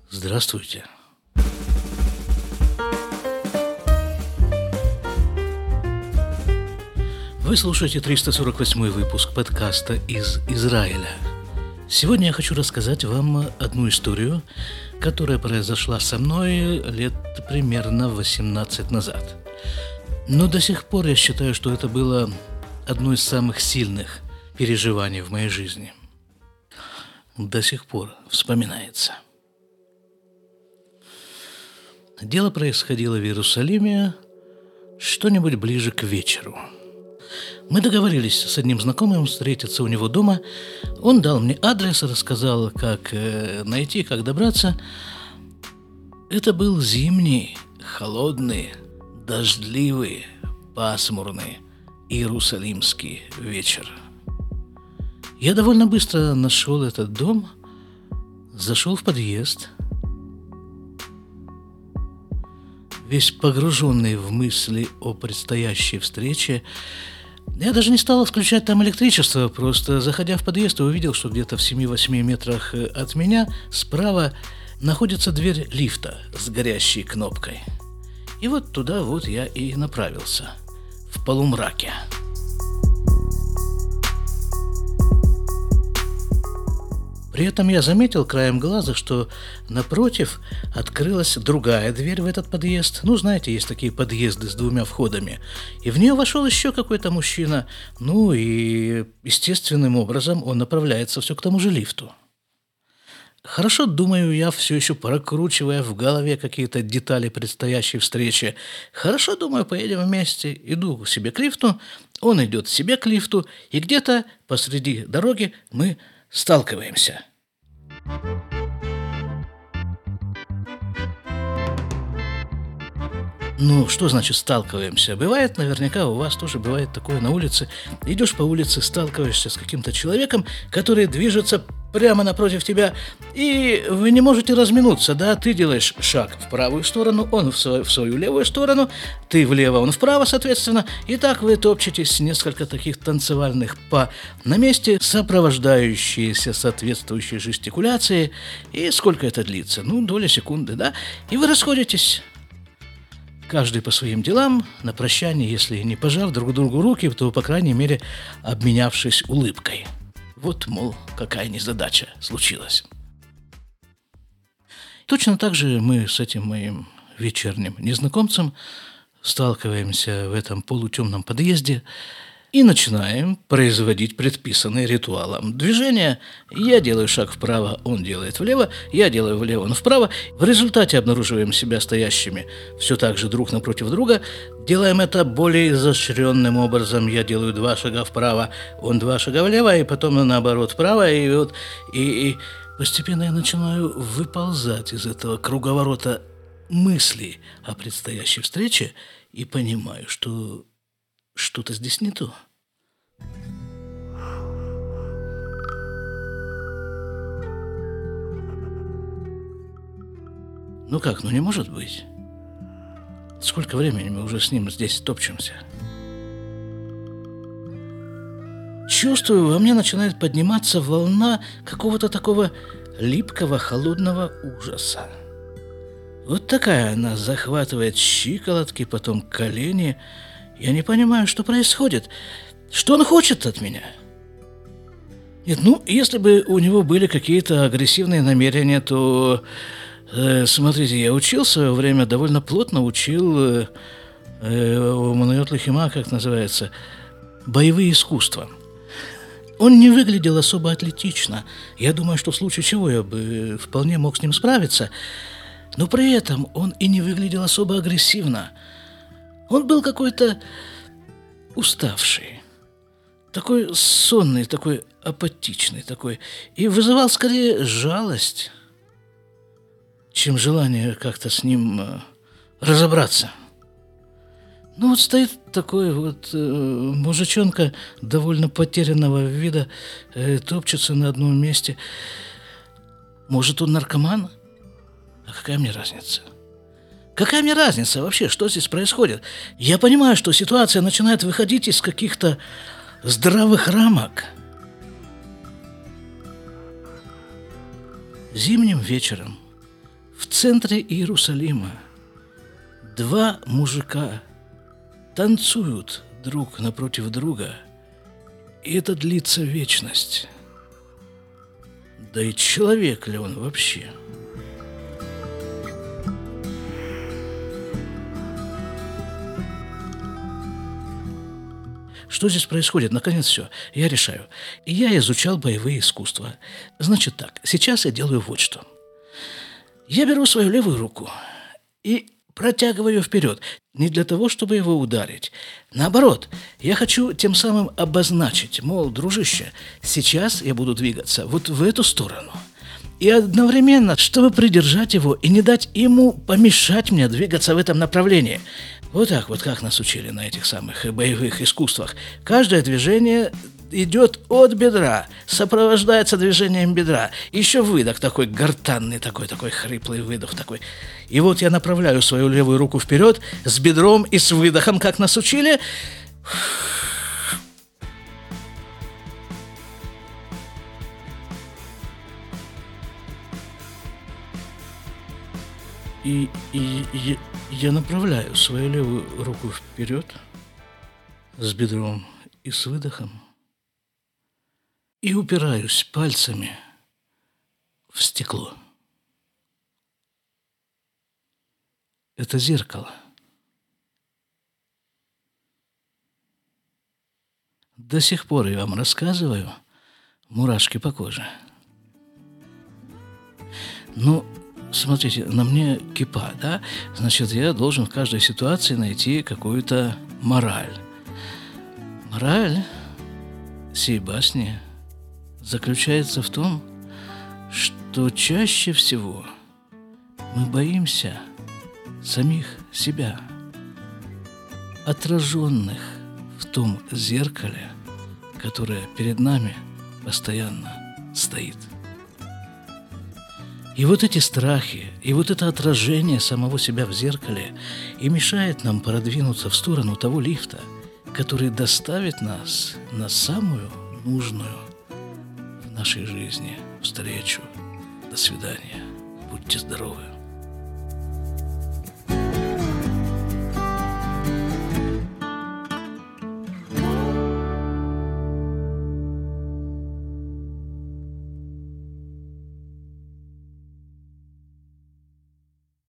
Здравствуйте. Вы слушаете 348-й выпуск подкаста из Израиля. Сегодня я хочу рассказать вам одну историю, которая произошла со мной лет примерно 18 назад. Но до сих пор я считаю, что это было одно из самых сильных переживаний в моей жизни. До сих пор вспоминается. Дело происходило в Иерусалиме что-нибудь ближе к вечеру. Мы договорились с одним знакомым встретиться у него дома. Он дал мне адрес, рассказал, как найти, как добраться. Это был зимний, холодный, дождливый, пасмурный иерусалимский вечер. Я довольно быстро нашел этот дом, зашел в подъезд. Весь погруженный в мысли о предстоящей встрече, я даже не стал включать там электричество, просто заходя в подъезд, я увидел, что где-то в 7-8 метрах от меня справа находится дверь лифта с горящей кнопкой. И вот туда вот я и направился, в полумраке. При этом я заметил краем глаза, что напротив открылась другая дверь в этот подъезд. Ну, знаете, есть такие подъезды с двумя входами. И в нее вошел еще какой-то мужчина. Ну и естественным образом он направляется все к тому же лифту. Хорошо, думаю я, все еще прокручивая в голове какие-то детали предстоящей встречи. Хорошо, думаю, поедем вместе. Иду к себе к лифту, он идет себе к лифту, и где-то посреди дороги мы сталкиваемся. Ну, что значит сталкиваемся? Бывает, наверняка у вас тоже бывает такое на улице. Идешь по улице, сталкиваешься с каким-то человеком, который движется прямо напротив тебя, и вы не можете разминуться, да? Ты делаешь шаг в правую сторону, он в свою левую сторону, ты влево, он вправо, соответственно. И так вы топчетесь несколько таких танцевальных па на месте, сопровождающиеся соответствующей жестикуляцией. И сколько это длится? Ну, доля секунды, да? И вы расходитесь. Каждый по своим делам, на прощание, если не пожав друг другу руки, то, по крайней мере, обменявшись улыбкой. Вот, мол, какая незадача случилась. Точно так же мы с этим моим вечерним незнакомцем сталкиваемся в этом полутемном подъезде и начинаем производить предписанные ритуалом движения. Я делаю шаг вправо, он делает влево, я делаю влево, он вправо. В результате обнаруживаем себя стоящими все так же друг напротив друга. Делаем это более изощренным образом. Я делаю 2 шага вправо, он 2 шага влево, и потом наоборот вправо. И постепенно я начинаю выползать из этого круговорота мыслей о предстоящей встрече и понимаю, что что-то здесь не то. Ну как, не может быть. Сколько времени мы уже с ним здесь топчемся? Чувствую, во мне начинает подниматься волна какого-то такого липкого, холодного ужаса. Вот такая она захватывает щиколотки, потом колени. Я не понимаю, что происходит. Что он хочет от меня? Нет, если бы у него были какие-то агрессивные намерения, то, смотрите, я учил в свое время, довольно плотно учил уманует лохима, как называется, боевые искусства. Он не выглядел особо атлетично. Я думаю, что в случае чего я бы вполне мог с ним справиться. Но при этом он и не выглядел особо агрессивно. Он был какой-то уставший, такой сонный, такой апатичный, такой, и вызывал скорее жалость, чем желание как-то с ним разобраться. Стоит такой вот мужичонка довольно потерянного вида, топчется на одном месте. Может, он наркоман? А какая мне разница? Какая мне разница вообще, что здесь происходит? Я понимаю, что ситуация начинает выходить из каких-то здравых рамок. Зимним вечером В центре Иерусалима два мужика танцуют друг напротив друга, и это длится вечность. Да и человек ли он вообще? Что здесь происходит? Наконец все. Я решаю. Я изучал боевые искусства. Значит так, сейчас я делаю вот что. Я беру свою левую руку и протягиваю ее вперед. Не для того, чтобы его ударить. Наоборот, я хочу тем самым обозначить, мол, дружище, сейчас я буду двигаться вот в эту сторону. И одновременно, чтобы придержать его и не дать ему помешать мне двигаться в этом направлении. Вот так вот, как нас учили на этих самых боевых искусствах. Каждое движение идет от бедра, сопровождается движением бедра. Еще выдох такой гортанный, такой хриплый выдох такой. И вот я направляю свою левую руку вперед с бедром и с выдохом, как нас учили. И я направляю свою левую руку вперед с бедром и с выдохом и упираюсь пальцами в стекло. Это зеркало. До сих пор я вам рассказываю, мурашки по коже. Ну, смотрите, на мне кипа, да? Значит, я должен в каждой ситуации найти какую-то мораль. Мораль сей басни заключается в том, что чаще всего мы боимся самих себя, отраженных в том зеркале, которое перед нами постоянно стоит. И вот эти страхи, и вот это отражение самого себя в зеркале и мешает нам продвинуться в сторону того лифта, который доставит нас на самую нужную в нашей жизни встречу. До свидания. Будьте здоровы.